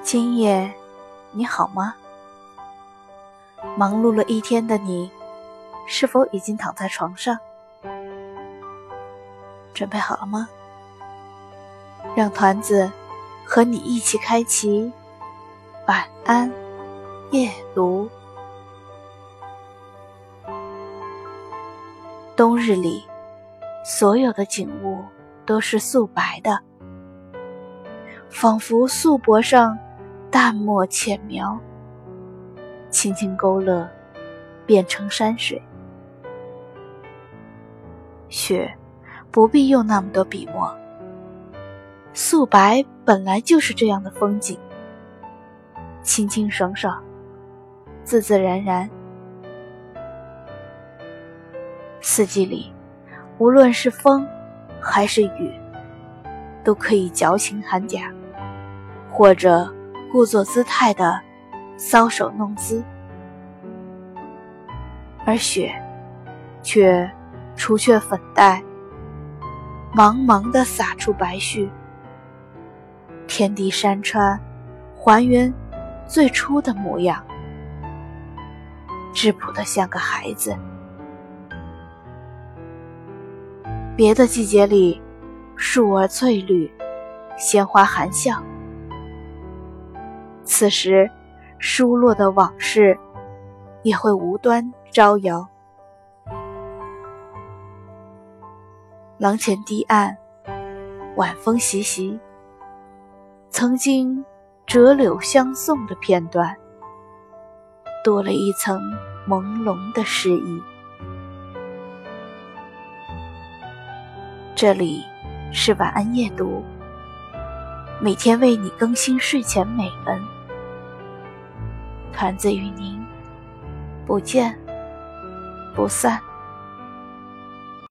今夜你好吗？忙碌了一天的你，是否已经躺在床上？准备好了吗？让团子和你一起开启晚安夜读。冬日里，所有的景物都是素白的，仿佛素帛上淡墨浅描，轻轻勾勒，变成山水。雪不必用那么多笔墨，素白本来就是这样的风景，清清爽爽，自自然然。四季里，无论是风还是雨，都可以矫情喊嗲，或者故作姿态的搔首弄姿，而雪却除却粉黛，茫茫地洒出白絮，天地山川还原最初的模样，质朴得像个孩子。别的季节里，树儿翠绿，鲜花含笑，此时疏落的往事也会无端招摇。廊前堤岸，晚风习习，曾经折柳相送的片段，多了一层朦胧的诗意。这里是晚安夜读，每天为你更新睡前美文，团子与您不见不散。